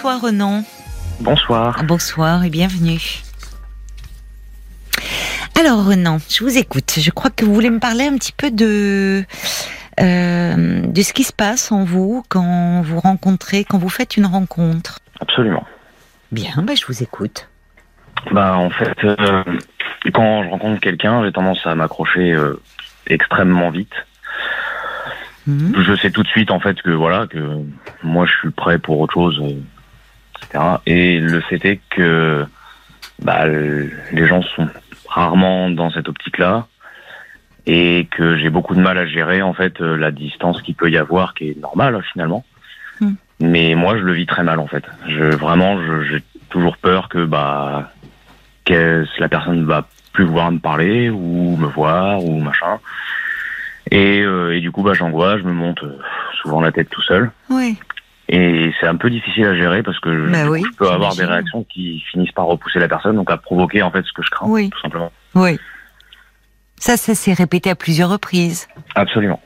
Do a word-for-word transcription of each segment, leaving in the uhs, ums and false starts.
bonsoir Renan. Bonsoir. Bonsoir et bienvenue. Alors Renan, je vous écoute. Je crois que vous voulez me parler un petit peu de, euh, de ce qui se passe en vous quand vous rencontrez, quand vous faites une rencontre. Absolument. Bien, bah, je vous écoute. Bah, en fait, euh, quand je rencontre quelqu'un, j'ai tendance à m'accrocher euh, extrêmement vite. Mmh. Je sais tout de suite en fait que voilà que moi je suis prêt pour autre chose, euh, et cetera. Et le fait est que bah, les gens sont rarement dans cette optique-là et que j'ai beaucoup de mal à gérer en fait euh, la distance qu'il peut y avoir, qui est normale finalement. Mmh. Mais moi je le vis très mal en fait. Je vraiment je, j'ai toujours peur que bah que la personne va plus vouloir me parler ou me voir ou machin. Et, euh, et du coup, bah, j'angoisse, je me monte euh, souvent la tête tout seul. Oui. Et c'est un peu difficile à gérer parce que je, bah oui, je peux avoir des réactions qui finissent par repousser la personne, donc à provoquer en fait ce que je crains, oui. tout simplement. Oui. Ça, ça s'est répété à plusieurs reprises. Absolument.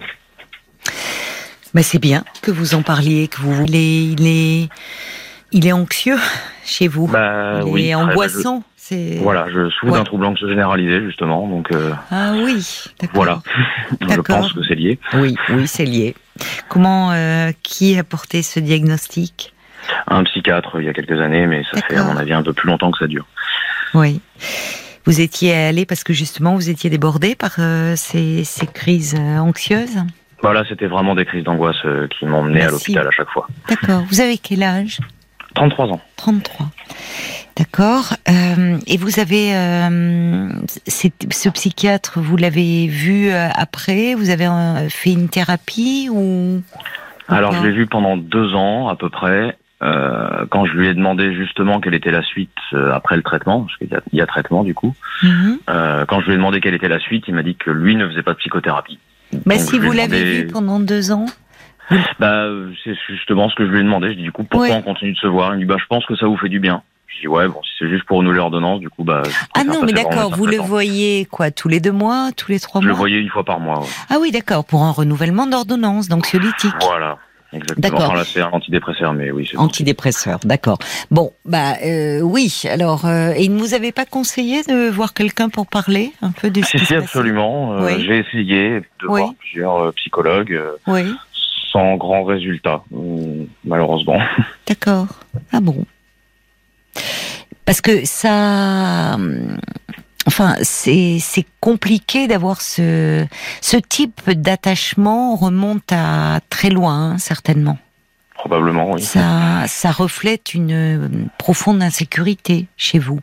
Bah, c'est bien que vous en parliez, que vous voulez. Il est, il est anxieux chez vous. Bah, il oui, est angoissant. C'est... Voilà, je souffre ouais. d'un trouble anxieux généralisé, justement, donc... Euh, ah oui, d'accord. Voilà, d'accord. Je pense que c'est lié. Oui, oui, c'est lié. Comment, euh, qui a porté ce diagnostic ? Un psychiatre, il y a quelques années, mais ça d'accord. fait, à mon avis, un peu plus longtemps que ça dure. Oui. Vous étiez allé, parce que justement, vous étiez débordé par euh, ces, ces crises euh, anxieuses ? Bah là, c'était vraiment des crises d'angoisse euh, qui m'emmenaient bah, à l'hôpital si. à chaque fois. D'accord. Vous avez quel âge ? trente-trois ans. trente-trois. D'accord. Euh, et vous avez euh, ce psychiatre, vous l'avez vu euh, après ? Vous avez euh, fait une thérapie ou Alors je l'ai vu pendant deux ans à peu près. Euh, quand je lui ai demandé justement quelle était la suite euh, après le traitement, parce qu'il y a, il y a traitement du coup. Mm-hmm. Euh, quand je lui ai demandé quelle était la suite, il m'a dit que lui ne faisait pas de psychothérapie. Mais donc, si vous l'avez demandé... vu pendant deux ans. Bah c'est justement ce que je lui ai demandé. Je dis du coup pourquoi oui. on continue de se voir ? Il me dit bah je pense que ça vous fait du bien. Je dis ouais bon si c'est juste pour renouveler l'ordonnance du coup bah. Ah non mais d'accord vous le voyez quoi tous les deux mois tous les trois je mois. Je le voyais une fois par mois. Ouais. Ah oui d'accord pour un renouvellement d'ordonnance d'anxiolytique. Voilà. Exactement. D'accord. Enfin là c'est un antidépresseur mais oui c'est antidépresseur bon. D'accord. Bon bah euh, oui alors euh, et il ne vous avait pas conseillé de voir quelqu'un pour parler un peu de ce si, qui si, se absolument. Euh, oui. J'ai essayé de oui. voir plusieurs euh, psychologues. Euh, oui. Sans grand résultat, malheureusement. D'accord. Ah bon. Parce que ça, enfin, c'est c'est compliqué d'avoir ce ce type d'attachement remonte à très loin, hein, certainement. Probablement, oui. Ça ça reflète une profonde insécurité chez vous.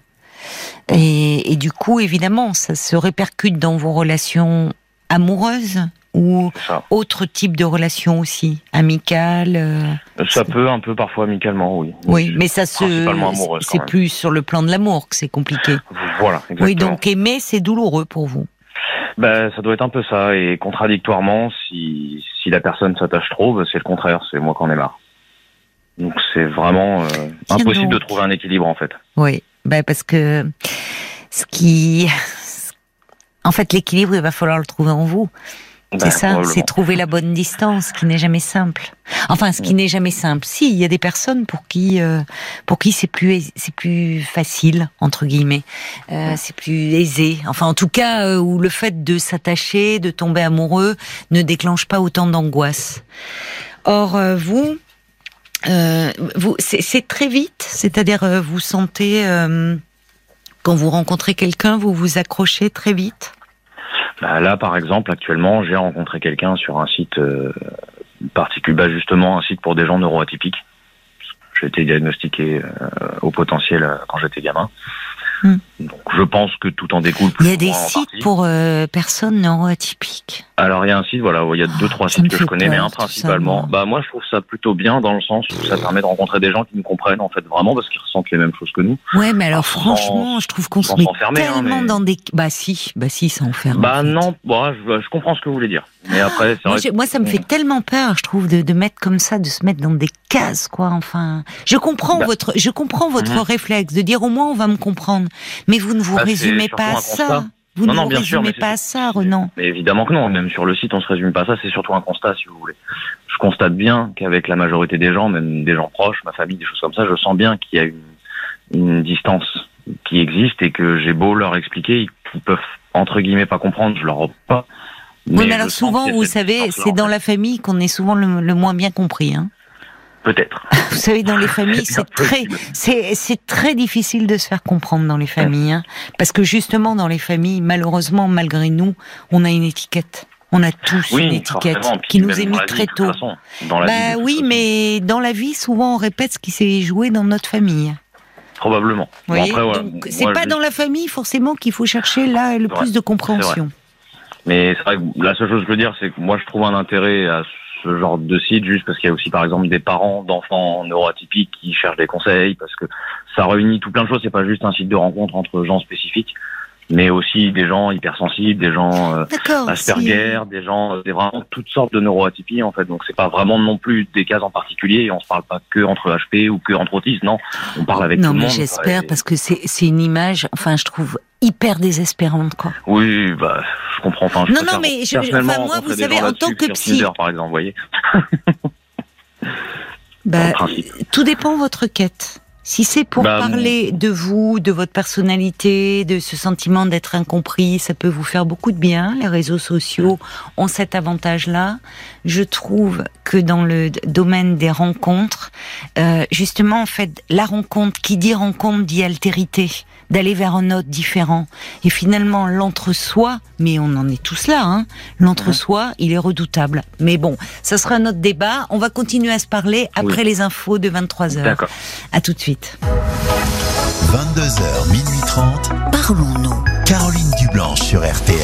Et, et du coup, évidemment, ça se répercute dans vos relations amoureuses. Ou autre type de relation aussi, amicale. Euh, ça c'est... peut un peu parfois amicalement, oui. Oui, mais ça se, amoureuse, c'est plus sur le plan de l'amour que c'est compliqué. Voilà, exactement. Oui, donc aimer, c'est douloureux pour vous. Ben, ça doit être un peu ça, et contradictoirement, si si la personne s'attache trop, ben, c'est le contraire, c'est moi qui en ai marre. Donc c'est vraiment euh, impossible donc. de trouver un équilibre en fait. Oui, ben parce que ce qui, en fait, l'équilibre, il va falloir le trouver en vous. C'est ben, ça, c'est trouver la bonne distance, qui n'est jamais simple. Enfin, ce qui n'est jamais simple. Si, il y a des personnes pour qui, euh, pour qui c'est plus, c'est plus facile entre guillemets, euh, c'est plus aisé. Enfin, en tout cas, euh, où le fait de s'attacher, de tomber amoureux, ne déclenche pas autant d'angoisse. Or, euh, vous, euh, vous, c'est, c'est très vite. C'est-à-dire, euh, vous sentez euh, quand vous rencontrez quelqu'un, vous vous accrochez très vite. Bah là, par exemple, actuellement, j'ai rencontré quelqu'un sur un site euh, particulier, bah justement un site pour des gens neuroatypiques. J'ai été diagnostiqué euh, au potentiel euh, quand j'étais gamin. Hum. Donc je pense que tout en découle plus. Il y a des sites partie. pour euh, personnes neuroatypiques. Alors il y a un site, voilà, il y a deux oh, trois sites que je connais, peur, mais un principalement. Ça, bah moi je trouve ça plutôt bien dans le sens où ça permet de rencontrer des gens qui nous comprennent en fait vraiment parce qu'ils ressentent les mêmes choses que nous. Ouais, mais alors, alors franchement, sans, je trouve qu'on se met tellement hein, mais... dans des. Bah si, bah si, ça enferme. Bah en fait. non, bah, je, je comprends ce que vous voulez dire. Mais après, c'est moi, vrai. Que... Moi, ça me fait tellement peur, je trouve, de, de mettre comme ça, de se mettre dans des cases, quoi. Enfin, je comprends bah. votre, je comprends votre mmh. réflexe de dire au moins on va me comprendre, mais vous ne vous bah, résumez pas à ça. Vous non, ne non, vous bien résumez sûr, pas à ça, Renan. Mais évidemment que non. Même sur le site, on se résume pas à ça. C'est surtout un constat, si vous voulez. Je constate bien qu'avec la majorité des gens, même des gens proches, ma famille, des choses comme ça, je sens bien qu'il y a une, une distance qui existe et que j'ai beau leur expliquer, ils peuvent entre guillemets pas comprendre. Je leur pas. Mais oui, mais alors souvent, vous savez, c'est dans la famille qu'on est souvent le, le moins bien compris, hein. Peut-être. Vous savez, dans les familles, c'est très, c'est, c'est très difficile de se faire comprendre dans les familles, hein, parce que justement, dans les familles, malheureusement, malgré nous, on a une étiquette. On a tous oui, une étiquette qui nous est mise très tôt. Façon, dans la bah vie, oui, mais dans la vie, souvent, on répète ce qui s'est joué dans notre famille. Probablement. Bon, après, ouais, donc, c'est pas je... dans la famille forcément qu'il faut chercher là le ouais, plus de compréhension. Mais c'est vrai que la seule chose que je veux dire, c'est que moi, je trouve un intérêt à ce genre de site, juste parce qu'il y a aussi par exemple des parents d'enfants neuroatypiques qui cherchent des conseils, parce que ça réunit tout plein de choses. C'est pas juste un site de rencontre entre gens spécifiques, mais aussi des gens hypersensibles, des gens euh, Asperger, si... des gens, euh, des vraiment toutes sortes de neuroatypies en fait. Donc c'est pas vraiment non plus des cases en particulier. Et on se parle pas que entre H P ou que entre autistes, non. On parle avec non, tout le monde. Non mais j'espère et... parce que c'est c'est une image, enfin je trouve hyper désespérante quoi. Oui, bah je comprends. Enfin, je non non mais je, enfin moi vous savez en tant que psy, Tinder, par exemple, vous voyez. bah, tout dépend de votre quête. Si c'est pour bah, parler de vous, de votre personnalité, de ce sentiment d'être incompris, ça peut vous faire beaucoup de bien. Les réseaux sociaux ont cet avantage-là. Je trouve que dans le domaine des rencontres, euh, justement, en fait, la rencontre, qui dit rencontre dit altérité, d'aller vers un autre différent. Et finalement, l'entre-soi, mais on en est tous là, hein, l'entre-soi, il est redoutable. Mais bon, ça sera notre débat. On va continuer à se parler après oui. les infos de vingt-trois heures. D'accord. À tout de suite. vingt-deux heures, minuit trente. Parlons-nous. Caroline Dublanche sur R T L.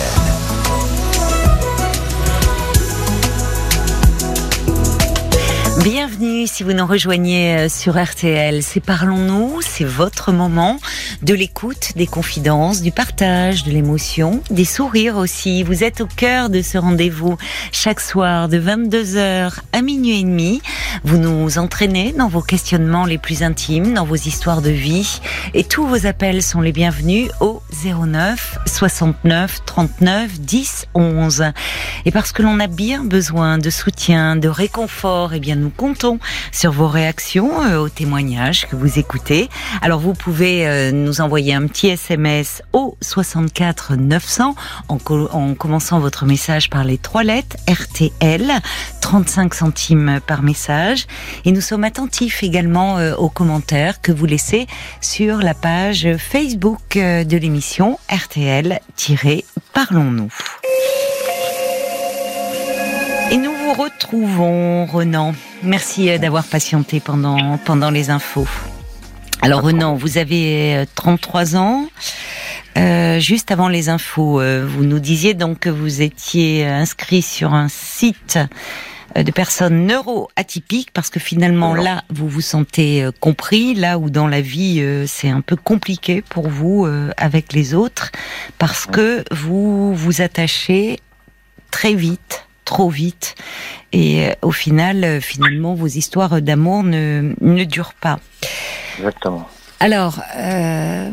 Bienvenue si vous nous rejoignez sur R T L. C'est Parlons-nous, c'est votre moment de l'écoute, des confidences, du partage, de l'émotion, des sourires aussi. Vous êtes au cœur de ce rendez-vous chaque soir de vingt-deux heures à minuit et demi. Vous nous entraînez dans vos questionnements les plus intimes, dans vos histoires de vie. Et tous vos appels sont les bienvenus au zéro neuf soixante-neuf trente-neuf dix onze. Et parce que l'on a bien besoin de soutien, de réconfort, et bien nous comptons sur vos réactions euh, aux témoignages que vous écoutez. Alors vous pouvez euh, nous envoyer un petit S M S au soixante-quatre neuf cents en, co- en commençant votre message par les trois lettres R T L, trente-cinq centimes par message. Et nous sommes attentifs également euh, aux commentaires que vous laissez sur la page Facebook euh, de l'émission R T L-Parlons-nous. Et nous vous retrouvons, Renan. Merci d'avoir patienté pendant, pendant les infos. Alors Renan, vous avez trente-trois ans. Euh, juste avant les infos, euh, vous nous disiez donc que vous étiez inscrit sur un site de personnes neuro-atypiques parce que finalement là, vous vous sentez compris, là où dans la vie, euh, c'est un peu compliqué pour vous euh, avec les autres parce que vous vous attachez très vite, trop vite, et euh, au final, euh, finalement, vos histoires d'amour ne, ne durent pas. Exactement. Alors, euh,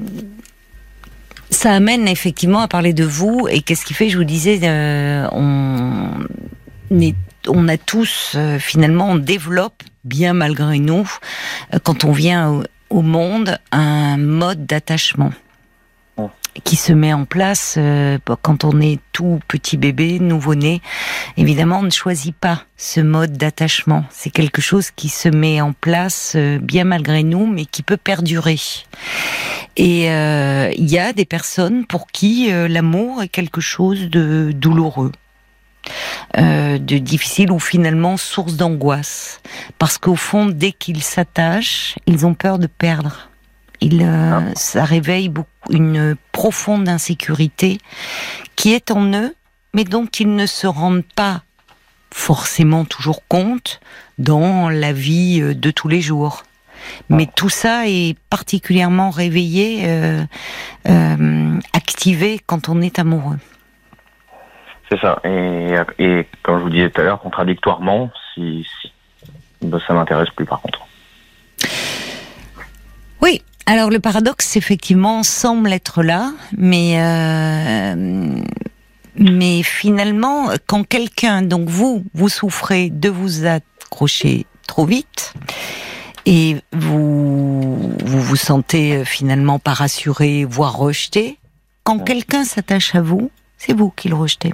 ça amène effectivement à parler de vous, et qu'est-ce qui fait, je vous disais, euh, on, est, on a tous, euh, finalement, on développe, bien malgré nous, euh, quand on vient au, au monde, un mode d'attachement qui se met en place euh, quand on est tout petit bébé, nouveau-né. Évidemment, on ne choisit pas ce mode d'attachement. C'est quelque chose qui se met en place euh, bien malgré nous, mais qui peut perdurer. Et il euh, y a des personnes pour qui euh, l'amour est quelque chose de douloureux, euh, de difficile ou finalement source d'angoisse. Parce qu'au fond, dès qu'ils s'attachent, ils ont peur de perdre. Il, euh, ça réveille beaucoup, une profonde insécurité qui est en eux, mais dont ils ne se rendent pas forcément toujours compte dans la vie de tous les jours. Mais tout ça est particulièrement réveillé, euh, euh, activé quand on est amoureux. C'est ça. Et, et comme je vous disais tout à l'heure, contradictoirement, si, si ben ça m'intéresse plus par contre. Oui. Alors le paradoxe, effectivement, semble être là, mais euh, mais finalement, quand quelqu'un, donc vous, vous souffrez de vous accrocher trop vite, et vous vous vous sentez finalement pas rassuré, voire rejeté, quand quelqu'un s'attache à vous, c'est vous qui le rejetez.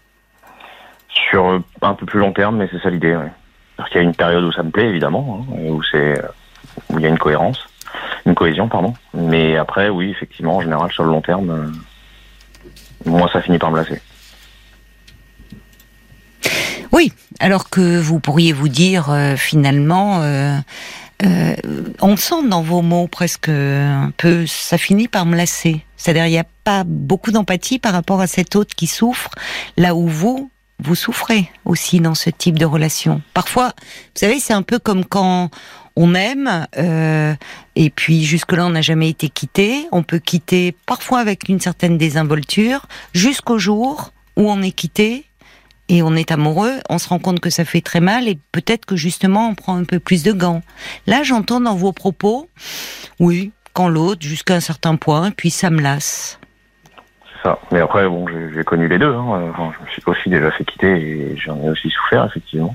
Sur un peu plus long terme, mais c'est ça l'idée, oui. Parce qu'il y a une période où ça me plaît, évidemment, hein, où c'est où il y a une cohérence. Une cohésion, pardon. Mais après, oui, effectivement, en général, sur le long terme, euh, moi, ça finit par me lasser. Oui, alors que vous pourriez vous dire, euh, finalement, euh, euh, on sent dans vos mots presque un peu, ça finit par me lasser. C'est-à-dire, il n'y a pas beaucoup d'empathie par rapport à cet autre qui souffre, là où vous, vous souffrez aussi dans ce type de relation. Parfois, vous savez, c'est un peu comme quand on aime, euh, et puis jusque-là on n'a jamais été quitté. On peut quitter parfois avec une certaine désinvolture, jusqu'au jour où on est quitté et on est amoureux, on se rend compte que ça fait très mal et peut-être que justement on prend un peu plus de gants. Là j'entends dans vos propos, oui, quand l'autre, jusqu'à un certain point, puis ça me lasse. C'est ça, mais après bon, j'ai, j'ai connu les deux, hein. Enfin, je me suis aussi déjà fait quitter et j'en ai aussi souffert effectivement.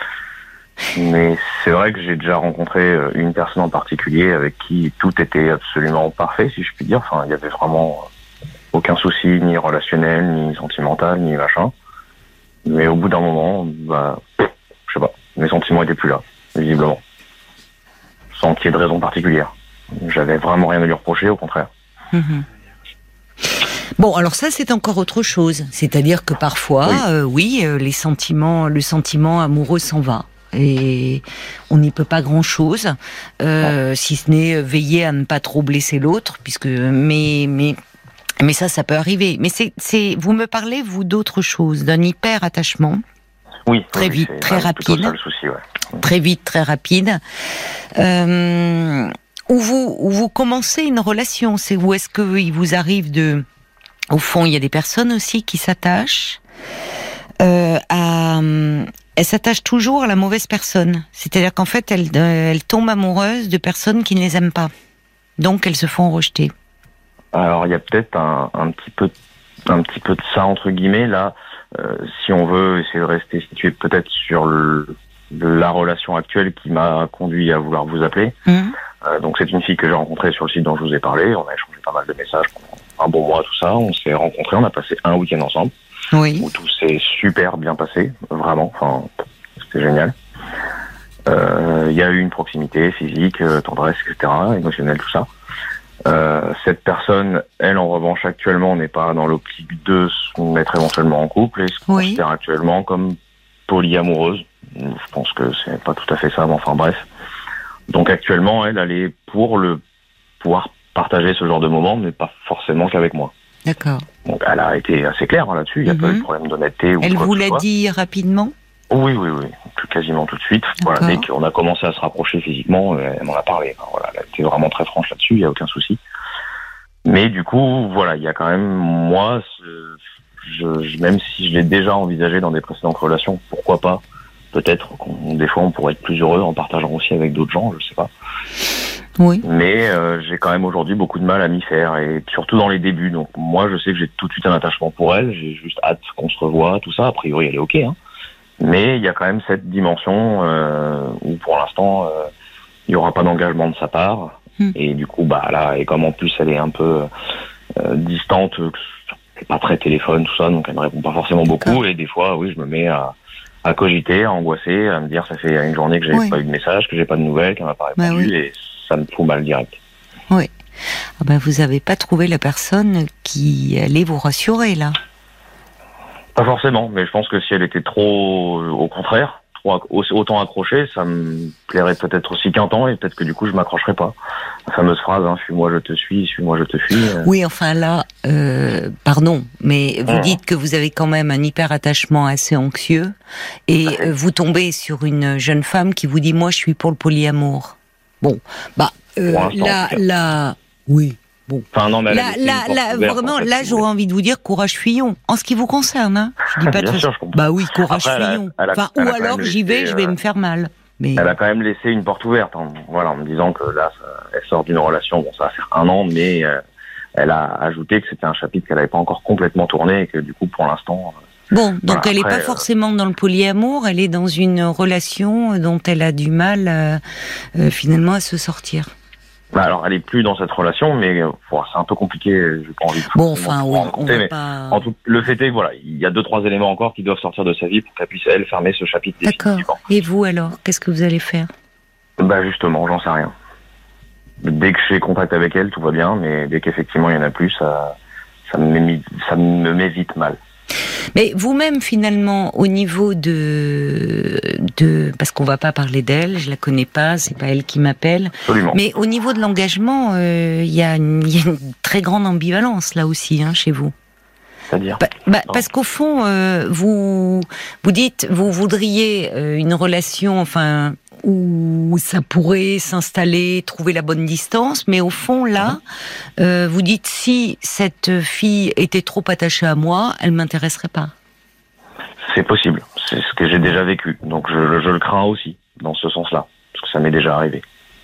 Mais c'est vrai que j'ai déjà rencontré une personne en particulier avec qui tout était absolument parfait, si je puis dire. Enfin, il y avait vraiment aucun souci, ni relationnel, ni sentimental, ni machin. Mais au bout d'un moment, bah, je sais pas, mes sentiments étaient plus là, visiblement. Sans qu'il y ait de raison particulière. J'avais vraiment rien à lui reprocher, au contraire. Mmh. Bon, alors ça, c'est encore autre chose. C'est-à-dire que parfois, oui, euh, oui euh, les sentiments, le sentiment amoureux s'en va. Et on n'y peut pas grand-chose, euh, si ce n'est veiller à ne pas trop blesser l'autre, puisque mais mais mais ça, ça peut arriver. Mais c'est c'est vous me parlez vous d'autre chose, d'un hyper attachement. Oui, très oui, vite, c'est très rapide. Ça, le souci, ouais. Très vite, très rapide. Euh, où vous où vous commencez une relation, c'est où est-ce que il vous arrive de, au fond, il y a des personnes aussi qui s'attachent euh, à elles s'attachent toujours à la mauvaise personne. C'est-à-dire qu'en fait, elles, euh, elles tombent amoureuses de personnes qui ne les aiment pas. Donc, elles se font rejeter. Alors, il y a peut-être un, un petit peu, un petit peu de ça, entre guillemets, là. Euh, si on veut essayer de rester situé peut-être sur le, la relation actuelle qui m'a conduit à vouloir vous appeler. Mmh. Euh, donc, c'est une fille que j'ai rencontrée sur le site dont je vous ai parlé. On a échangé pas mal de messages pendant un bon mois, tout ça. On s'est rencontrés, on a passé un week-end ensemble. Oui. Où tout s'est super bien passé, vraiment, enfin, c'était génial. Il euh, y a eu une proximité physique, euh, tendresse, et cetera, émotionnelle, tout ça. Euh, cette personne, elle, en revanche, actuellement, n'est pas dans l'optique de se mettre éventuellement en couple et se oui. considère actuellement comme polyamoureuse. Je pense que c'est pas tout à fait ça, mais enfin bref. Donc actuellement, elle, elle est pour le pouvoir partager ce genre de moments, mais pas forcément qu'avec moi. D'accord. Donc elle a été assez claire hein, là-dessus, il n'y a mm-hmm. pas eu de problème d'honnêteté. Ou elle quoi vous l'a dit rapidement ? Oui, oui, oui, quasiment tout de suite. Voilà, dès qu'on a commencé à se rapprocher physiquement, elle m'en a parlé. Enfin, voilà, elle a été vraiment très franche là-dessus, il n'y a aucun souci. Mais du coup, voilà, il y a quand même, moi, ce, je, je, même si je l'ai déjà envisagé dans des précédentes relations, pourquoi pas ? Peut-être qu'on, des fois on pourrait être plus heureux en partageant aussi avec d'autres gens, je sais pas. Oui. Mais euh, j'ai quand même aujourd'hui beaucoup de mal à m'y faire, et surtout dans les débuts. Donc moi, je sais que j'ai tout de suite un attachement pour elle, j'ai juste hâte qu'on se revoie, tout ça. A priori, elle est ok, hein. Mais il y a quand même cette dimension euh, où pour l'instant, euh, il y aura pas d'engagement de sa part. Mmh. Et du coup, bah là, et comme en plus elle est un peu euh, distante, c'est pas très téléphone, tout ça, donc elle ne répond pas forcément beaucoup. D'accord. Et des fois, oui, je me mets à à cogiter, à angoisser, à me dire ça fait une journée que j'ai oui. pas eu de message, que j'ai pas de nouvelles, qu'elle m'a pas répondu, bah oui. et ça me fout mal direct. Oui. Ah ben vous avez pas trouvé la personne qui allait vous rassurer là. Pas forcément, mais je pense que si elle était trop, au contraire, trop autant accrochée, ça me plairait peut-être aussi qu'un temps, et peut-être que du coup je m'accrocherais pas. La fameuse phrase, hein, suis-moi je te suis, suis-moi je te fuis. Euh... Oui, enfin là, euh, pardon, mais vous mmh. dites que vous avez quand même un hyper attachement assez anxieux, et euh, vous tombez sur une jeune femme qui vous dit moi je suis pour le polyamour. Bon, bah euh, là, là, oui. Bon. Enfin, non, mais là, là, là ouverte, vraiment, en fait, là, j'aurais envie de vous dire courage fuyons. En ce qui vous concerne, hein. Je dis pas Bien de sûr, je comprends. Bah oui, courage Après, fuyons. Elle a, elle a, enfin, elle ou alors j'y vais, euh... je vais me faire mal. Mais... Elle a quand même laissé une porte ouverte, hein. Voilà, en me disant que là, ça, elle sort d'une relation, bon, ça va faire un an, mais euh, elle a ajouté que c'était un chapitre qu'elle n'avait pas encore complètement tourné et que du coup, pour l'instant... Euh, bon, donc voilà, elle n'est après, pas forcément dans le polyamour, elle est dans une relation dont elle a du mal euh, euh, finalement à se sortir. Bah alors, elle est plus dans cette relation, mais euh, c'est un peu compliqué. J'ai pas envie de bon, enfin, oui, on va mais pas... en tout, le fait est que voilà, il y a deux trois éléments encore qui doivent sortir de sa vie pour qu'elle puisse elle fermer ce chapitre. D'accord. Et vous alors, qu'est-ce que vous allez faire? Bah justement, j'en sais rien. Dès que j'ai contact avec elle, tout va bien, mais dès qu'effectivement il y en a plus, ça, ça me, ça me met vite mal. Mais vous-même, finalement, au niveau de, de, parce qu'on va pas parler d'elle, je la connais pas, c'est pas elle qui m'appelle. Absolument. Mais au niveau de l'engagement, il euh, y, y a une très grande ambivalence là aussi, hein, chez vous. C'est-à-dire bah, bah, Parce qu'au fond, euh, vous, vous dites, vous voudriez euh, une relation, enfin, où ça pourrait s'installer, trouver la bonne distance, mais au fond, là, euh, vous dites, si cette fille était trop attachée à moi, elle m'intéresserait pas. C'est possible, c'est ce que j'ai déjà vécu, donc je, je le crains aussi, dans ce sens-là, parce que ça m'est déjà arrivé.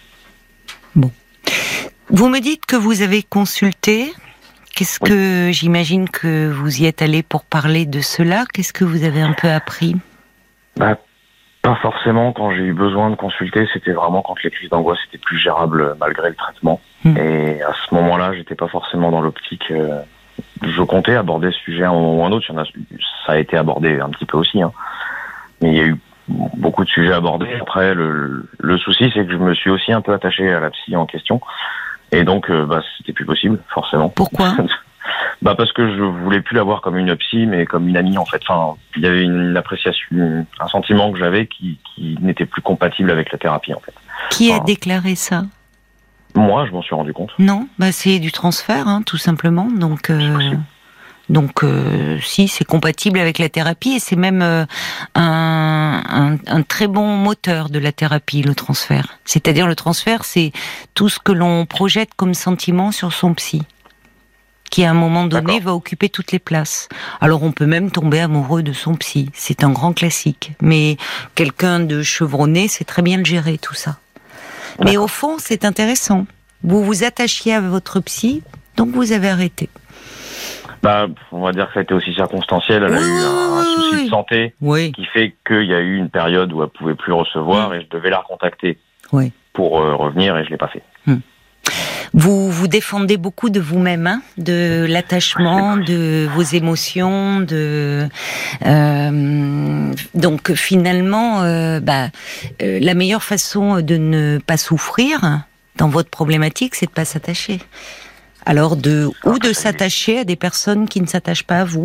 Bon. Vous me dites que vous avez consulté. Qu'est-ce oui. que, j'imagine que vous y êtes allé pour parler de cela, qu'est-ce que vous avez un peu appris? Bah, pas forcément. Quand j'ai eu besoin de consulter, c'était vraiment quand les crises d'angoisse étaient plus gérables malgré le traitement. Mmh. Et à ce moment-là, j'étais pas forcément dans l'optique. Euh, je comptais aborder ce sujet à un moment ou un autre. Il y en a, ça a été abordé un petit peu aussi, hein. Mais il y a eu beaucoup de sujets abordés. Après, le, le souci, c'est que je me suis aussi un peu attaché à la psy en question. Et donc, euh, bah, c'était plus possible, forcément. Pourquoi? Bah, parce que je voulais plus la voir comme une psy, mais comme une amie, en fait. Enfin, il y avait une appréciation, un sentiment que j'avais qui, qui n'était plus compatible avec la thérapie, en fait. Qui enfin, a déclaré ça? Moi, je m'en suis rendu compte. Non, bah, c'est du transfert, hein, tout simplement. Donc, euh, donc, euh, si, c'est compatible avec la thérapie et c'est même euh, un, un, un très bon moteur de la thérapie, le transfert. C'est-à-dire, le transfert, c'est tout ce que l'on projette comme sentiment sur son psy, qui à un moment donné D'accord. va occuper toutes les places. Alors on peut même tomber amoureux de son psy, c'est un grand classique. Mais quelqu'un de chevronné sait très bien le gérer, tout ça. D'accord. Mais au fond, c'est intéressant. Vous vous attachiez à votre psy, donc vous avez arrêté. Bah, on va dire que ça a été aussi circonstanciel. Elle oui, a eu un, un souci oui. de santé oui. qui fait qu'il y a eu une période où elle pouvait plus recevoir oui. et je devais la recontacter oui. pour euh, revenir et je l'ai pas fait. Hum. Vous vous défendez beaucoup de vous-même, hein, de l'attachement, de vos émotions, de euh, donc finalement, euh, bah, euh, la meilleure façon de ne pas souffrir dans votre problématique, c'est de pas s'attacher. Alors de ou de s'attacher à des personnes qui ne s'attachent pas à vous.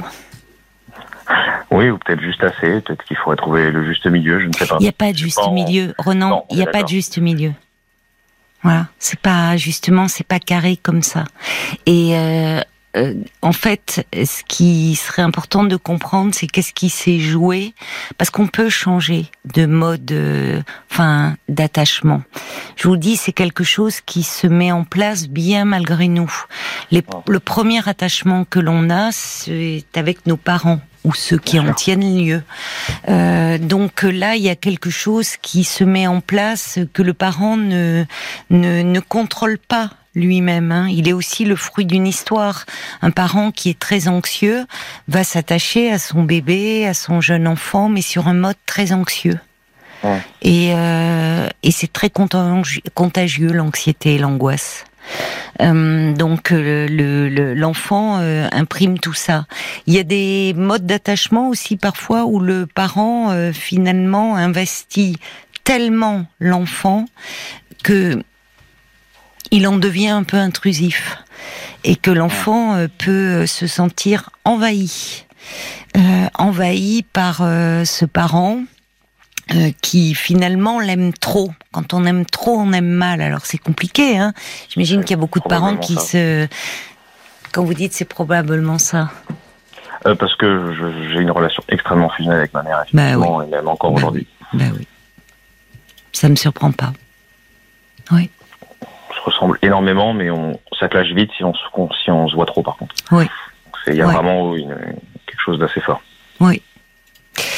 Oui, ou peut-être juste assez. Peut-être qu'il faudrait trouver le juste milieu. Je ne sais pas. Il n'y a pas de juste pas milieu, en... Renan. Il n'y a d'accord. pas de juste milieu. Voilà, c'est pas justement, c'est pas carré comme ça. Et euh, euh, en fait, ce qui serait important de comprendre, c'est qu'est-ce qui s'est joué, parce qu'on peut changer de mode, euh, enfin, d'attachement. Je vous dis, c'est quelque chose qui se met en place bien malgré nous. Les, le premier attachement que l'on a, c'est avec nos parents, ou ceux qui en tiennent lieu. Euh, donc là, il y a quelque chose qui se met en place que le parent ne ne, ne contrôle pas lui-même. Hein. Il est aussi le fruit d'une histoire. Un parent qui est très anxieux va s'attacher à son bébé, à son jeune enfant, mais sur un mode très anxieux. Ouais. Et, euh, et c'est très contagieux, contagieux l'anxiété et l'angoisse. Euh, donc le, le, l'enfant euh, imprime tout ça. Il y a des modes d'attachement aussi parfois où le parent euh, finalement investit tellement l'enfant que il en devient un peu intrusif et que l'enfant euh, peut se sentir envahi, euh, envahi par euh, ce parent. Euh, qui finalement l'aime trop. Quand on aime trop, on aime mal. Alors c'est compliqué, hein. J'imagine qu'il y a beaucoup de parents qui ça. se... Quand vous dites c'est probablement ça. Euh, parce que je, j'ai une relation extrêmement fusionnelle avec ma mère, effectivement, bah oui. et même encore bah aujourd'hui. Oui. Bah oui. Ça me surprend pas. Oui. On se ressemble énormément, mais on, ça clash vite si on, se, si on se voit trop, par contre. Oui. Il y a oui. vraiment une, quelque chose d'assez fort. Oui.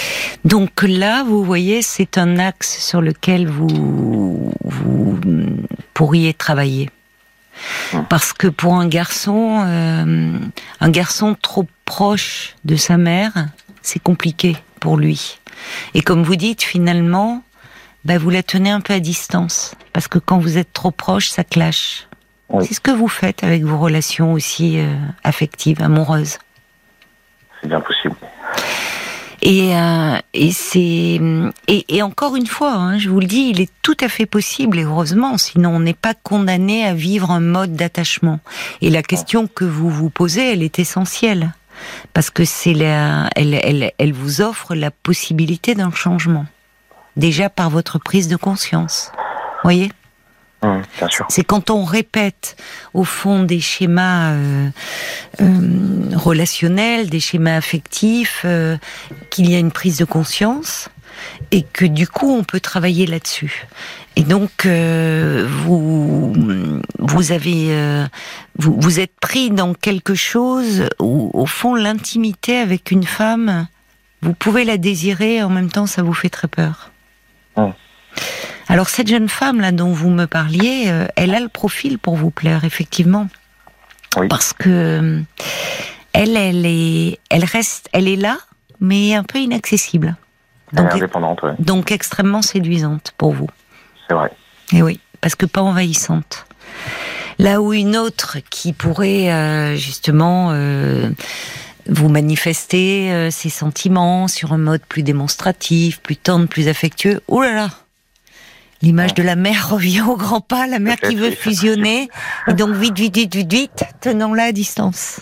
Donc là, vous voyez, c'est un axe sur lequel vous, vous pourriez travailler. Parce que pour un garçon, euh, un garçon trop proche de sa mère, c'est compliqué pour lui. Et comme vous dites, finalement, bah, vous la tenez un peu à distance. Parce que quand vous êtes trop proche, ça clash. Oui. C'est ce que vous faites avec vos relations aussi euh, affectives, amoureuses. C'est bien possible. Et, euh, et c'est et, et encore une fois, hein, je vous le dis, il est tout à fait possible, et heureusement, sinon on n'est pas condamné à vivre un mode d'attachement. Et la question que vous vous posez, elle est essentielle, parce que c'est la, elle, elle, elle vous offre la possibilité d'un changement, déjà par votre prise de conscience. Voyez ? Mmh, bien sûr. C'est quand on répète au fond des schémas euh, euh, relationnels, des schémas affectifs, euh, qu'il y a une prise de conscience et que du coup on peut travailler là-dessus. Et donc euh, vous vous avez euh, vous, vous êtes pris dans quelque chose où au fond l'intimité avec une femme, vous pouvez la désirer et en même temps ça vous fait très peur. Mmh. Alors cette jeune femme là dont vous me parliez, euh, elle a le profil pour vous plaire effectivement, oui. Parce que euh, elle, elle est, elle reste, elle est là, mais un peu inaccessible. Donc, elle est indépendante, oui. Donc extrêmement séduisante pour vous. C'est vrai. Et oui, parce que pas envahissante. Là où une autre qui pourrait euh, justement euh, vous manifester euh, ses sentiments sur un mode plus démonstratif, plus tendre, plus affectueux. Oh là là. L'image de la mère revient au grand pas, la mère qui veut fusionner, et donc vite, vite, vite, vite, vite, tenons-la à distance.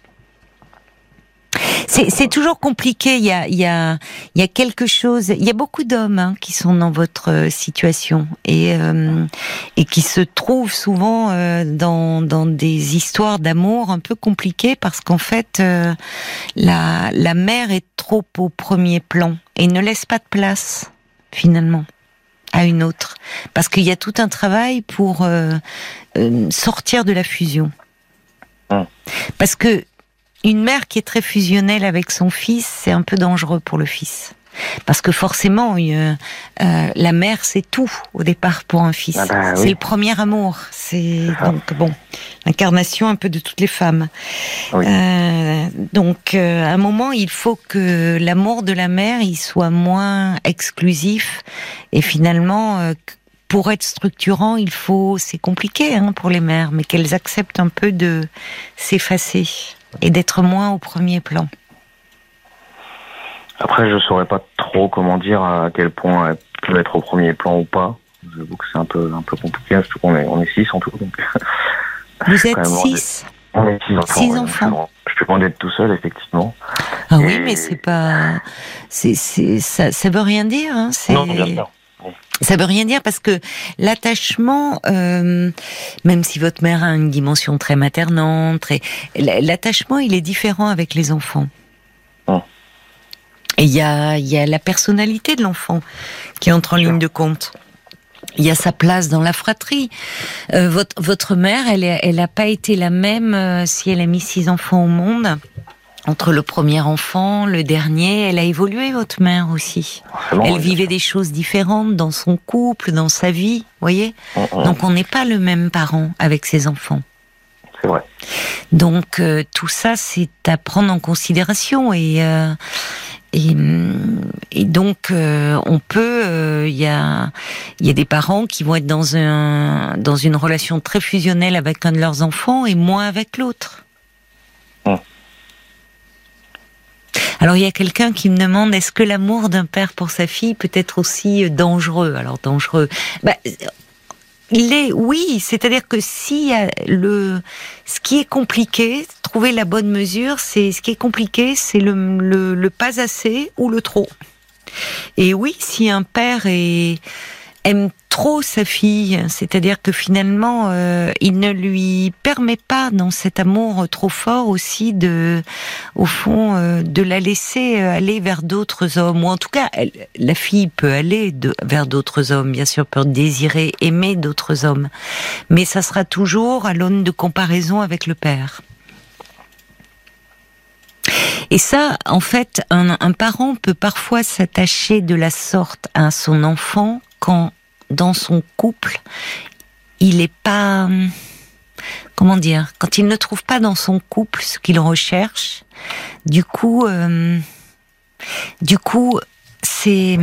C'est, c'est toujours compliqué, il y a, il y a, il y a quelque chose, il y a beaucoup d'hommes hein, qui sont dans votre situation, et, euh, et qui se trouvent souvent euh, dans, dans des histoires d'amour un peu compliquées, parce qu'en fait, euh, la, la mère est trop au premier plan, et ne laisse pas de place, finalement, à une autre, parce qu'il y a tout un travail pour euh, euh, sortir de la fusion. Mmh. Parce que une mère qui est très fusionnelle avec son fils, c'est un peu dangereux pour le fils. Parce que forcément, euh, euh, la mère, c'est tout au départ pour un fils. Ah bah, c'est oui. Le premier amour. C'est ah. donc bon, l'incarnation un peu de toutes les femmes. Oui. Euh, donc, euh, à un moment, il faut que l'amour de la mère, il soit moins exclusif. Et finalement, euh, pour être structurant, il faut, c'est compliqué hein, pour les mères, mais qu'elles acceptent un peu de s'effacer et d'être moins au premier plan. Après, je saurais pas trop comment dire à quel point elle peut être au premier plan ou pas. J'avoue que c'est un peu, un peu compliqué, surtout qu'on est, on est six en tout. Donc... Vous êtes six? On est six enfants. Six enfants. Je suis loin d'être tout seul, effectivement. Ah Et... oui, mais c'est pas, c'est, c'est, ça, ça veut rien dire, hein. C'est... Non, bien sûr. Oui. Ça veut rien dire parce que l'attachement, euh, même si votre mère a une dimension très maternante, très, l'attachement, il est différent avec les enfants. Hum. Et il y a, il y a la personnalité de l'enfant qui entre en ligne de compte. Il y a sa place dans la fratrie. Euh, votre, votre mère, elle, est, elle a pas été la même euh, si elle a mis six enfants au monde. Entre le premier enfant, le dernier, elle a évolué, votre mère aussi. Bon, elle vivait des choses différentes dans son couple, dans sa vie, voyez. Mmh, mmh. Donc on n'est pas le même parent avec ses enfants. C'est vrai. Donc euh, tout ça, c'est à prendre en considération et euh, et, et donc euh, on peut, il euh, y a il y a des parents qui vont être dans un dans une relation très fusionnelle avec un de leurs enfants et moins avec l'autre. Mmh. Alors il y a quelqu'un qui me demande est-ce que l'amour d'un père pour sa fille peut être aussi dangereux? Alors dangereux, bah, il est, oui, c'est-à-dire que si le, ce qui est compliqué, trouver la bonne mesure, c'est ce qui est compliqué, c'est le, le, le pas assez ou le trop. Et oui, si un père est, aime trop sa fille, c'est-à-dire que finalement, euh, il ne lui permet pas, dans cet amour trop fort aussi, de, au fond, euh, de la laisser aller vers d'autres hommes. Ou en tout cas, elle, la fille peut aller de, vers d'autres hommes, bien sûr, peut désirer, aimer d'autres hommes. Mais ça sera toujours à l'aune de comparaison avec le père. Et ça, en fait, un, un parent peut parfois s'attacher de la sorte à son enfant quand, dans son couple, il n'est pas... Comment dire ? Quand il ne trouve pas dans son couple ce qu'il recherche, du coup, euh, du coup, c'est,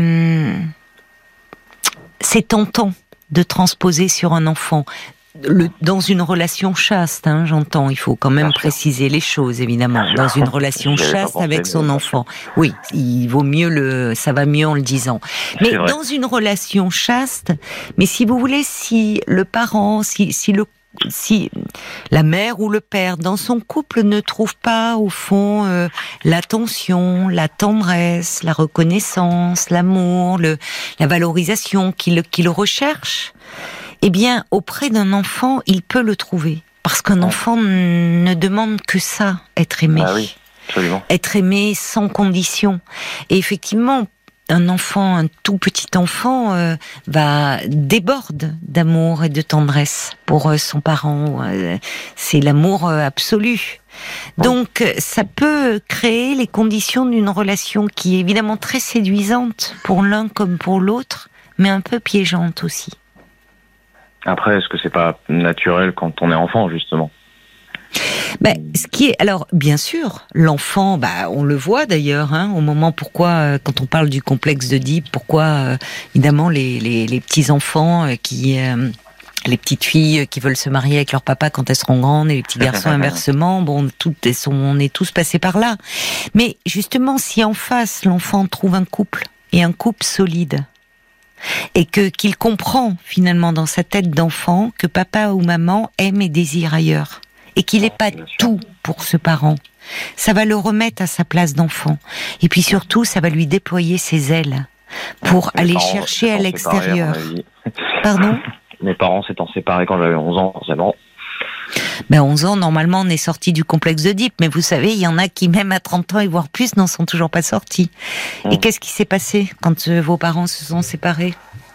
c'est tentant de transposer sur un enfant. Le, dans une relation chaste, hein, j'entends, il faut quand même préciser les choses, évidemment. Dans une relation chaste avec son enfant. Oui, il vaut mieux le, ça va mieux en le disant. Mais dans une relation chaste, mais si vous voulez, si le parent, si, si le si la mère ou le père dans son couple ne trouve pas au fond euh, l'attention, la tendresse, la reconnaissance, l'amour, le, la valorisation qu'il qu'il recherche, eh bien auprès d'un enfant il peut le trouver, parce qu'un enfant ne demande que ça, être aimé, ah oui, absolument. Être aimé sans condition. Et effectivement, un enfant, un tout petit enfant, euh, va déborde d'amour et de tendresse pour euh, son parent. Euh, c'est l'amour euh, absolu. Donc, ça peut créer les conditions d'une relation qui est évidemment très séduisante pour l'un comme pour l'autre, mais un peu piégeante aussi. Après, est-ce que c'est pas naturel quand on est enfant, justement ? Ben, ce qui est, alors, bien sûr, l'enfant, bah, on le voit d'ailleurs, hein, au moment, pourquoi, euh, quand on parle du complexe d'Oedipe, pourquoi, euh, évidemment, les, les, les petits enfants euh, qui, euh, les petites filles qui veulent se marier avec leur papa quand elles seront grandes, et les petits garçons inversement, bon, toutes sont, on est tous passés par là. Mais justement, si en face, l'enfant trouve un couple, et un couple solide, et que qu'il comprend finalement dans sa tête d'enfant que papa ou maman aime et désire ailleurs, et qu'il n'est pas tout pour ce parent, ça va le remettre à sa place d'enfant. Et puis surtout, ça va lui déployer ses ailes pour Mes aller parents, chercher à l'extérieur. Séparés, à Pardon ? Mes parents s'étant séparés quand j'avais onze ans, forcément. Ben onze ans, normalement, on est sorti du complexe d'Oedipe, mais vous savez, il y en a qui, même à trente ans et voire plus, n'en sont toujours pas sortis. Mmh. Et qu'est-ce qui s'est passé quand euh, vos parents se sont séparés ?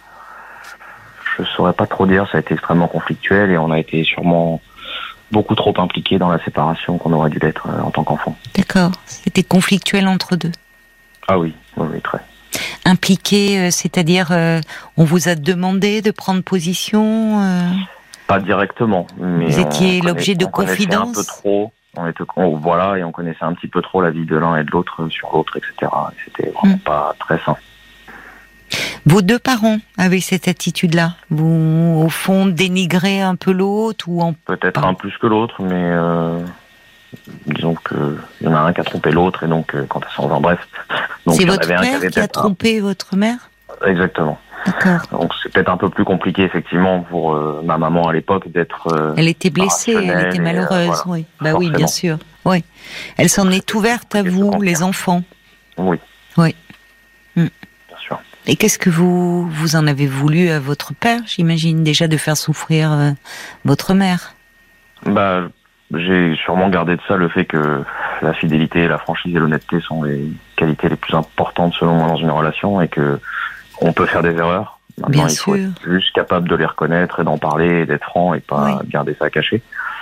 Je saurais pas trop dire, ça a été extrêmement conflictuel et on a été sûrement beaucoup trop impliqués dans la séparation qu'on aurait dû l'être euh, en tant qu'enfant. D'accord, c'était conflictuel entre deux. Ah oui, oui, oui, très. Impliqué, euh, c'est-à-dire, euh, on vous a demandé de prendre position euh... Pas directement, mais vous étiez l'objet de on confidence. Un peu trop, on était, on, voilà, et on connaissait un petit peu trop la vie de l'un et de l'autre sur l'autre, et cetera. Et c'était vraiment mmh. pas très sain. Vos deux parents avaient cette attitude-là. Vous, au fond, dénigrez un peu l'autre ou en... Peut-être un plus que l'autre, mais euh, disons que il y en a un qui a trompé l'autre, et donc euh, quand elles sont en bref. Donc, c'est votre père qui, qui a trompé un... votre mère ? Exactement. D'accord. Donc c'est peut-être un peu plus compliqué effectivement pour euh, ma maman à l'époque d'être. Euh, elle était blessée, elle était malheureuse, euh, voilà, oui. Bah forcément. Oui, bien sûr. Oui. Elle s'en est ouverte à vous, les enfants. Oui. Oui. Hmm. Bien sûr. Et qu'est-ce que vous vous en avez voulu à votre père, j'imagine, déjà de faire souffrir euh, votre mère ? Bah, j'ai sûrement gardé de ça le fait que la fidélité, la franchise et l'honnêteté sont les qualités les plus importantes selon moi dans une relation, et que on peut faire des erreurs. Maintenant, Bien il faut sûr. être juste capable de les reconnaître et d'en parler et d'être franc et pas oui. garder ça caché.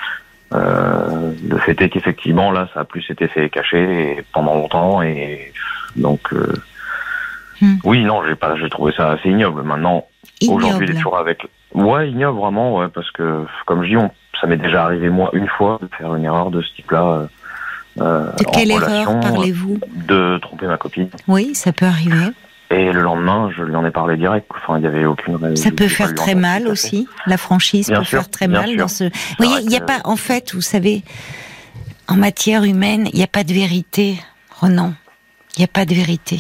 Euh, le fait est qu'effectivement, là, ça a plus été fait caché et pendant longtemps, et donc, euh, hmm. oui, non, j'ai pas, j'ai trouvé ça assez ignoble. Maintenant, ignoble. Aujourd'hui, il est toujours avec. Ouais, ignoble vraiment, ouais, parce que, comme je dis, on, ça m'est déjà arrivé moi une fois de faire une erreur de ce type-là. Euh, de quelle erreur parlez-vous ? De tromper ma copine. Oui, ça peut arriver. Et le lendemain, je lui en ai parlé direct. Enfin, il n'y avait aucune raison. Ça peut faire très mal aussi. La franchise bien peut sûr, faire très mal sûr. dans ce. Vous voyez, il n'y a que... pas. En fait, vous savez, en matière humaine, il n'y a pas de vérité, Renan. Il n'y a pas de vérité.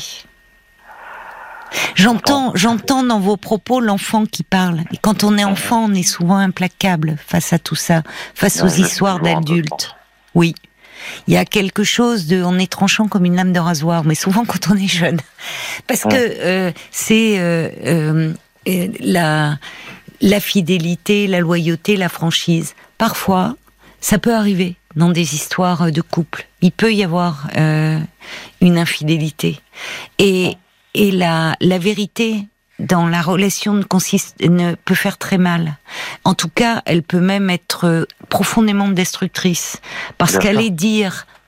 J'entends, j'entends dans vos propos l'enfant qui parle. Et quand on est enfant, on est souvent implacable face à tout ça, face non, aux histoires d'adultes. Oui. Il y a quelque chose de, on est tranchant comme une lame de rasoir, mais souvent quand on est jeune, parce que euh, c'est euh, euh, la la fidélité, la loyauté, la franchise. Parfois, ça peut arriver dans des histoires de couple. Il peut y avoir euh, une infidélité, et et la la vérité dans la relation ne consiste ne peut faire très mal. En tout cas, elle peut même être profondément destructrice, parce qu'aller dire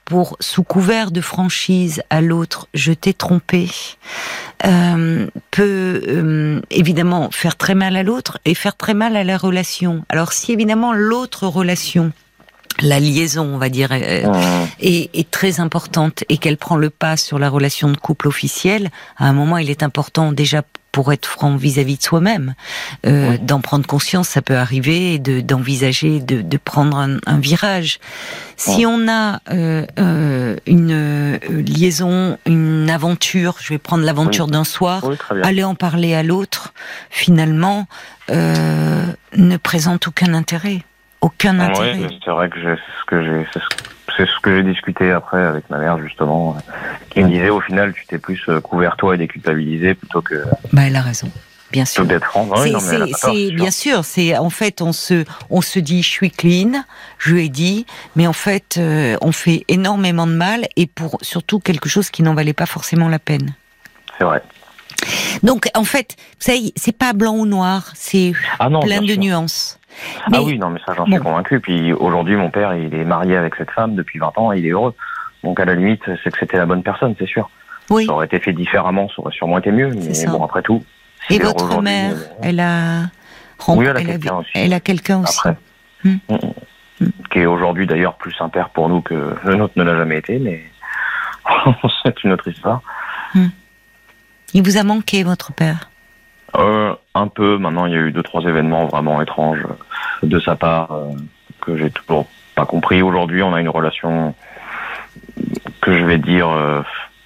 pour, sous couvert de franchise à l'autre, je t'ai trompé, euh, peut euh, évidemment faire très mal à l'autre et faire très mal à la relation. Alors si évidemment l'autre relation, la liaison, on va dire, euh, est, est très importante et qu'elle prend le pas sur la relation de couple officielle, à un moment, il est important déjà pour être franc vis-à-vis de soi-même, euh, oui. d'en prendre conscience, ça peut arriver, de, d'envisager de, de prendre un, un virage. Si on a euh, euh, une euh, liaison, une aventure, je vais prendre l'aventure oui. d'un soir, oui, aller en parler à l'autre, finalement, euh, ne présente aucun intérêt. Aucun intérêt. Oui, c'est vrai que j'ai, c'est ce que j'ai, c'est ce, c'est ce que j'ai discuté après avec ma mère justement, qui me disait au final tu t'es plus couvert toi et déculpabilisé plutôt que. Bah elle a raison, bien sûr. D'être franc. C'est, oui, non, c'est, c'est, c'est bien sûr, c'est en fait on se, on se dit je suis clean, je lui ai dit, mais en fait euh, on fait énormément de mal et pour surtout quelque chose qui n'en valait pas forcément la peine. C'est vrai. Donc en fait, vous savez, c'est pas blanc ou noir, c'est ah non, plein de sûr. nuances. Mais, ah oui, non, mais ça, j'en suis bon. convaincu. Puis aujourd'hui, mon père, il est marié avec cette femme depuis vingt ans et il est heureux. Donc à la limite, c'est que c'était la bonne personne, c'est sûr. Oui. Ça aurait été fait différemment, ça aurait sûrement été mieux. Mais bon, après tout. Et votre mère, mais... elle a... Oui, elle a elle quelqu'un a... aussi. Elle a quelqu'un aussi. Après. Hum. Hum. Qui est aujourd'hui d'ailleurs plus un père pour nous que le nôtre ne l'a jamais été, mais c'est une autre histoire. Hum. Il vous a manqué, votre père ? Euh, un peu. Maintenant, il y a eu deux, trois événements vraiment étranges de sa part euh, que j'ai toujours pas compris. Aujourd'hui, on a une relation que je vais dire euh,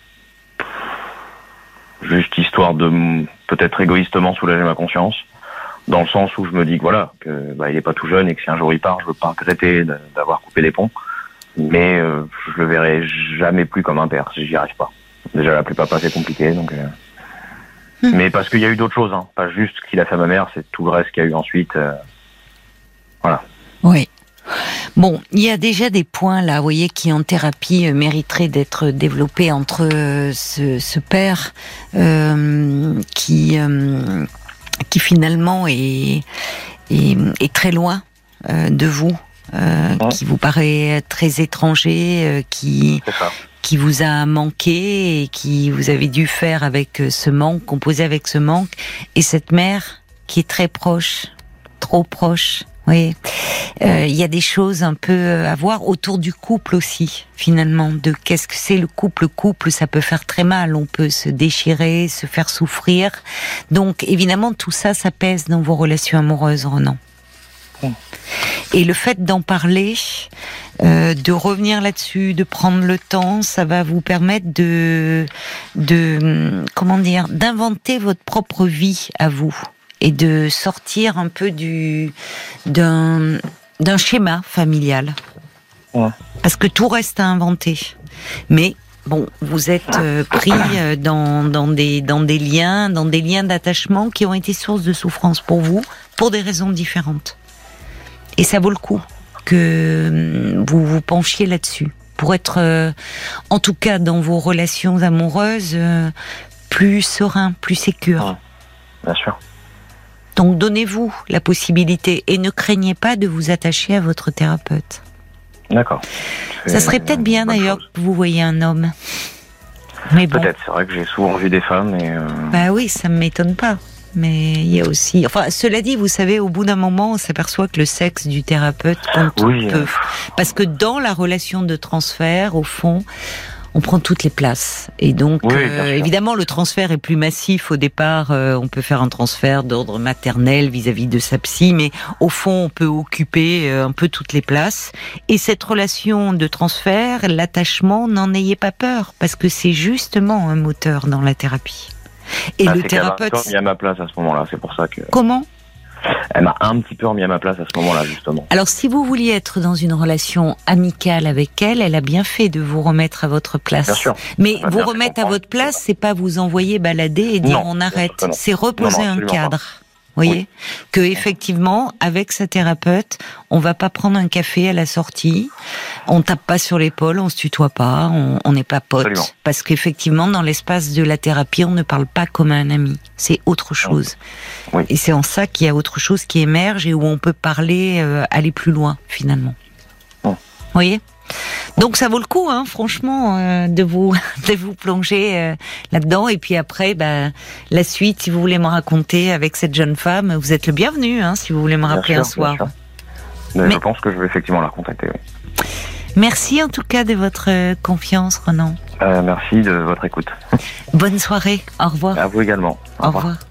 juste histoire de peut-être égoïstement soulager ma conscience, dans le sens où je me dis que voilà, que bah, il est pas tout jeune et que si un jour il part, je veux pas regretter d'avoir coupé les ponts, mais euh, je le verrai jamais plus comme un père. J'y arrive pas. Déjà, l'appeler papa, c'est compliqué, donc. Euh... Mais parce qu'il y a eu d'autres choses, hein. Pas juste ce qu'il a fait à ma mère, c'est tout le reste qu'il y a eu ensuite. Euh... Voilà. Oui. Bon, il y a déjà des points là, vous voyez, qui en thérapie euh, mériteraient d'être développés entre euh, ce, ce père euh, qui euh, qui finalement est est, est très loin euh, de vous, euh, ouais. qui vous paraît très étranger, euh, qui qui vous a manqué et qui vous avez dû faire avec ce manque, composer avec ce manque, et cette mère qui est très proche, trop proche. Oui, euh, il y a des choses un peu à voir autour du couple aussi, finalement, de qu'est-ce que c'est le couple. Le couple, ça peut faire très mal, on peut se déchirer, se faire souffrir. Donc, évidemment, tout ça, ça pèse dans vos relations amoureuses, Ronan. Et le fait d'en parler, euh, de revenir là-dessus, de prendre le temps, ça va vous permettre de, de, comment dire, d'inventer votre propre vie à vous et de sortir un peu du, d'un, d'un schéma familial. Ouais. Parce que tout reste à inventer. Mais bon, vous êtes euh, pris euh, dans, dans des, dans des liens, dans des liens d'attachement qui ont été source de souffrance pour vous, pour des raisons différentes. Et ça vaut le coup que vous vous penchiez là-dessus, pour être, euh, en tout cas dans vos relations amoureuses, euh, plus serein, plus sécure. Ouais, bien sûr. Donc donnez-vous la possibilité et ne craignez pas de vous attacher à votre thérapeute. D'accord. C'est ça serait peut-être bien d'ailleurs chose. Que vous voyiez un homme. Mais bon. Peut-être, c'est vrai que j'ai souvent vu des femmes et... Euh... Bah oui, ça me m'étonne pas. Mais il y a aussi... Enfin, cela dit, vous savez, au bout d'un moment, on s'aperçoit que le sexe du thérapeute compte oui, peu. Euh... Parce que dans la relation de transfert, au fond, on prend toutes les places. Et donc, oui, euh, évidemment, le transfert est plus massif au départ. Euh, on peut faire un transfert d'ordre maternel vis-à-vis de sa psy, mais au fond, on peut occuper euh, un peu toutes les places. Et cette relation de transfert, l'attachement, n'en ayez pas peur, parce que c'est justement un moteur dans la thérapie. Et ah, le c'est thérapeute... Elle m'a remis à ma place à ce moment-là, c'est pour ça que... Comment ? Elle m'a un petit peu remis à ma place à ce moment-là, justement. Alors, si vous vouliez être dans une relation amicale avec elle, elle a bien fait de vous remettre à votre place. Bien sûr. Mais vous remettre à votre place, c'est pas vous envoyer balader et dire non, on arrête. Non. C'est reposer non, non, un cadre. Pas. Vous voyez, oui. Que effectivement, avec sa thérapeute, on va pas prendre un café à la sortie, on tape pas sur l'épaule, on se tutoie pas, on n'est pas potes, Absolument. Parce qu'effectivement, dans l'espace de la thérapie, on ne parle pas comme un ami. C'est autre chose. Oui. Et c'est en ça qu'il y a autre chose qui émerge et où on peut parler, euh, aller plus loin finalement. Oui. Vous voyez ? Donc ça vaut le coup, hein, franchement, euh, de vous de vous plonger euh, là-dedans. Et puis après, bah, la suite, si vous voulez me raconter avec cette jeune femme, vous êtes le bienvenu, hein, si vous voulez me rappeler sûr, un soir. Mais, Mais je pense que je vais effectivement la recontacter. Oui. Merci en tout cas de votre confiance, Ronan. Euh, merci de votre écoute. Bonne soirée. Au revoir. À vous également. Au, Au revoir. revoir.